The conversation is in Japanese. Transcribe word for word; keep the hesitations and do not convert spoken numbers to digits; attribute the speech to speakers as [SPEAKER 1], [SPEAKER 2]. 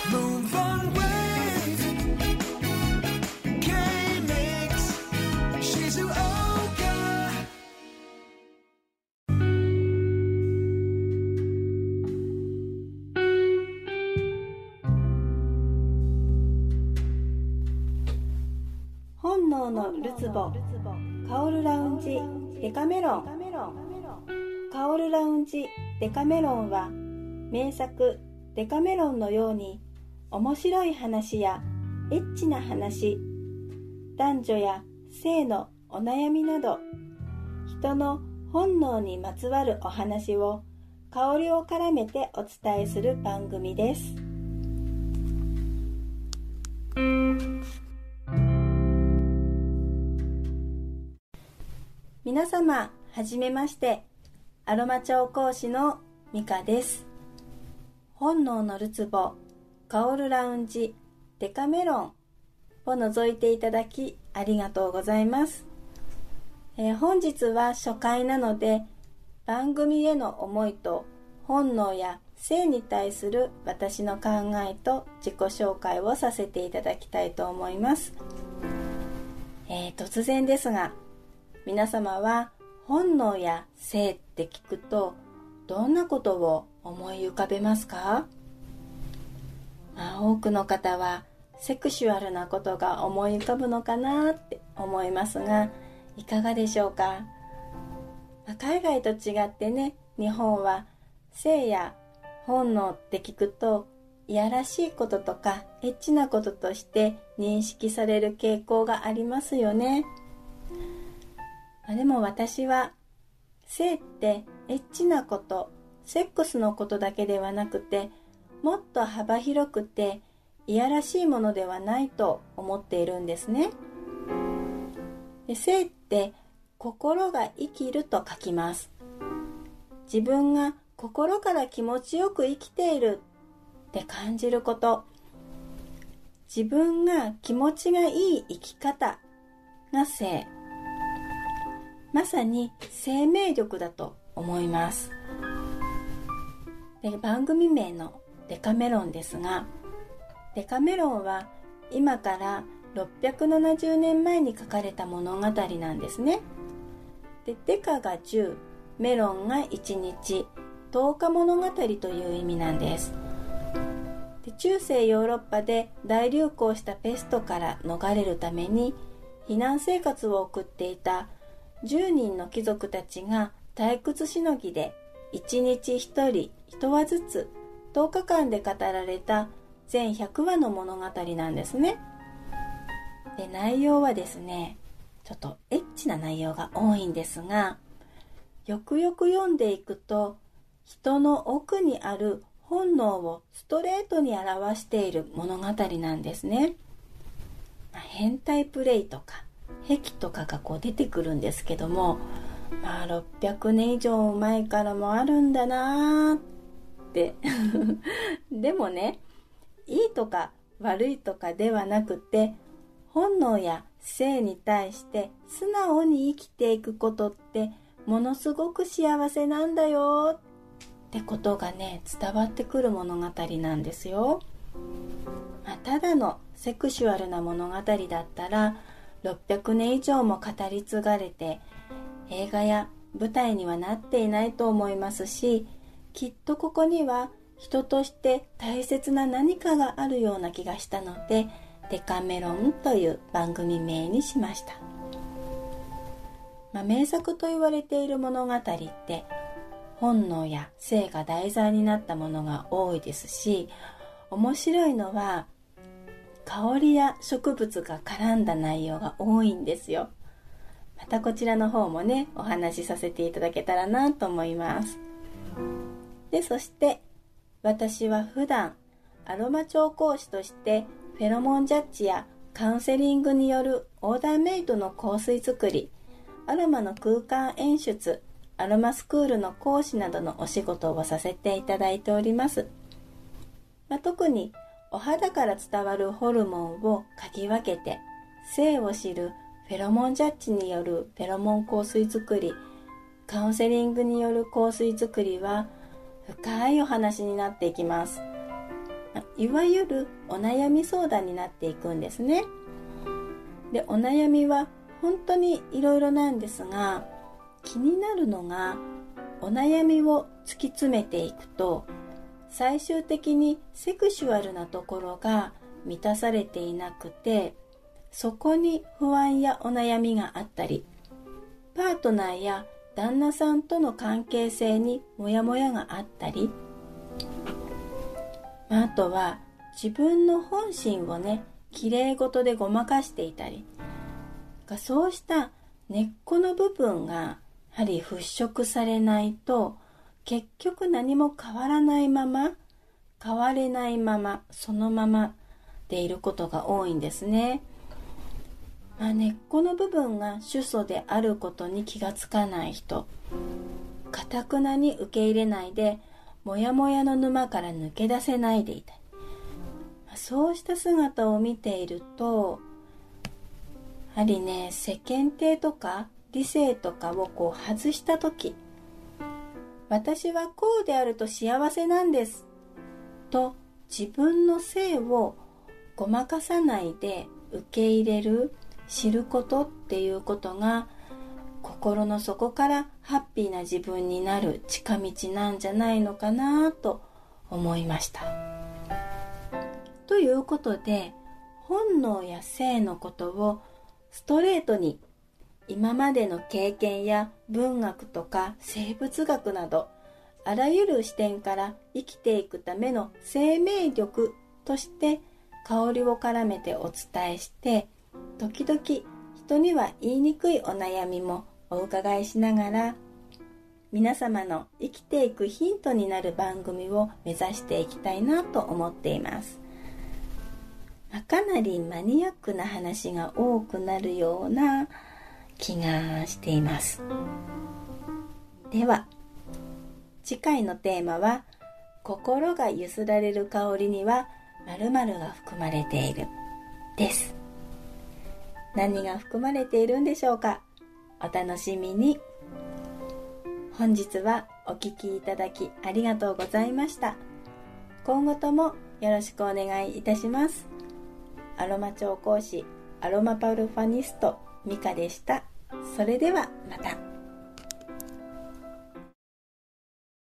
[SPEAKER 1] Move on wave K-Mix Shizuoka
[SPEAKER 2] 本能のるつぼカオルラウンジデカメロン。カオルラウンジデカメロンは名作デカメロンのように面白い話やエッチな話、男女や性のお悩みなど人の本能にまつわるお話を香りを絡めてお伝えする番組です。皆様はじめまして、アロマ調香師のミカです。本能のるつぼカオルラウンジデカメロンを覗いていただきありがとうございます。えー、本日は初回なので番組への思いと本能や性に対する私の考えと自己紹介をさせていただきたいと思います。えー、突然ですが、皆様は本能や性って聞くとどんなことを思い浮かべますか？まあ、多くの方はセクシュアルなことが思い浮かぶのかなって思いますが、いかがでしょうか？まあ、海外と違ってね、日本は性や本能って聞くといやらしいこととかエッチなこととして認識される傾向がありますよね。まあ、でも私は性ってエッチなこと、セックスのことだけではなくて、もっと幅広くていやらしいものではないと思っているんですね。で、性って心が生きると書きます。自分が心から気持ちよく生きているって感じること、自分が気持ちがいい生き方が性。まさに生命力だと思います。で、番組名のデカメロンですが、デカメロンは今からろっぴゃくななじゅうねんまえに書かれた物語なんですね。で、デカがじゅう、メロンがいちにち、とおか物語という意味なんです。で、中世ヨーロッパで大流行したペストから逃れるために避難生活を送っていたじゅうにんの貴族たちが退屈しのぎでいちにちひとりいちわずつとおかかんで語られた全ひゃくわの物語なんですね。で、内容はですね、ちょっとエッチな内容が多いんですが、よくよく読んでいくと人の奥にある本能をストレートに表している物語なんですね。変態プレイとか癖とかがこう出てくるんですけども、まあろっぴゃくねん以上前からもあるんだなーってでもね、いいとか悪いとかではなくて、本能や性に対して素直に生きていくことってものすごく幸せなんだよってことがね、伝わってくる物語なんですよ。まあ、ただのセクシュアルな物語だったらろっぴゃくねん以上も語り継がれて映画や舞台にはなっていないと思いますし、きっとここには人として大切な何かがあるような気がしたので、デカメロンという番組名にしました。まあ、名作と言われている物語って本能や性が題材になったものが多いですし、面白いのは香りや植物が絡んだ内容が多いんですよ。またこちらの方もね、お話しさせていただけたらなと思います。で、そして私は普段アロマ調香師としてフェロモンジャッジやカウンセリングによるオーダーメイドの香水作り、アロマの空間演出、アロマスクールの講師などのお仕事をさせていただいております。まあ、特にお肌から伝わるホルモンを嗅ぎ分けて性を知るフェロモンジャッジによるフェロモン香水作り、カウンセリングによる香水作りは深いお話になっていきます。 いわゆるお悩み相談になっていくんですね。で、お悩みは本当にいろいろなんですが、気になるのがお悩みを突き詰めていくと、最終的にセクシュアルなところが満たされていなくて、そこに不安やお悩みがあったり、パートナーや旦那さんとの関係性にモヤモヤがあったり、あとは自分の本心をね、きれい事でごまかしていたり、そうした根っこの部分がやはり払拭されないと、結局何も変わらないまま、変われないまま、そのままでいることが多いんですね。まあ、根っこの部分が主訴であることに気がつかない人、堅くなに受け入れないで、もやもやの沼から抜け出せないでいたり、そうした姿を見ていると、やはりね、世間体とか理性とかをこう外したとき、私はこうであると幸せなんですと自分の性をごまかさないで受け入れる、知ることっていうことが、心の底からハッピーな自分になる近道なんじゃないのかなと思いました。ということで、本能や性のことをストレートに今までの経験や文学とか生物学など、あらゆる視点から生きていくための生命力として香りを絡めてお伝えして、時々人には言いにくいお悩みもお伺いしながら、皆様の生きていくヒントになる番組を目指していきたいなと思っています。まあ、かなりマニアックな話が多くなるような気がしています。では、次回のテーマは、心が揺すられる香りには〇〇が含まれているです。何が含まれているんでしょうか。お楽しみに。本日はお聞きいただきありがとうございました。今後ともよろしくお願いいたします。アロマ調香師、アロマパルファニスト、ミカでした。それではまた。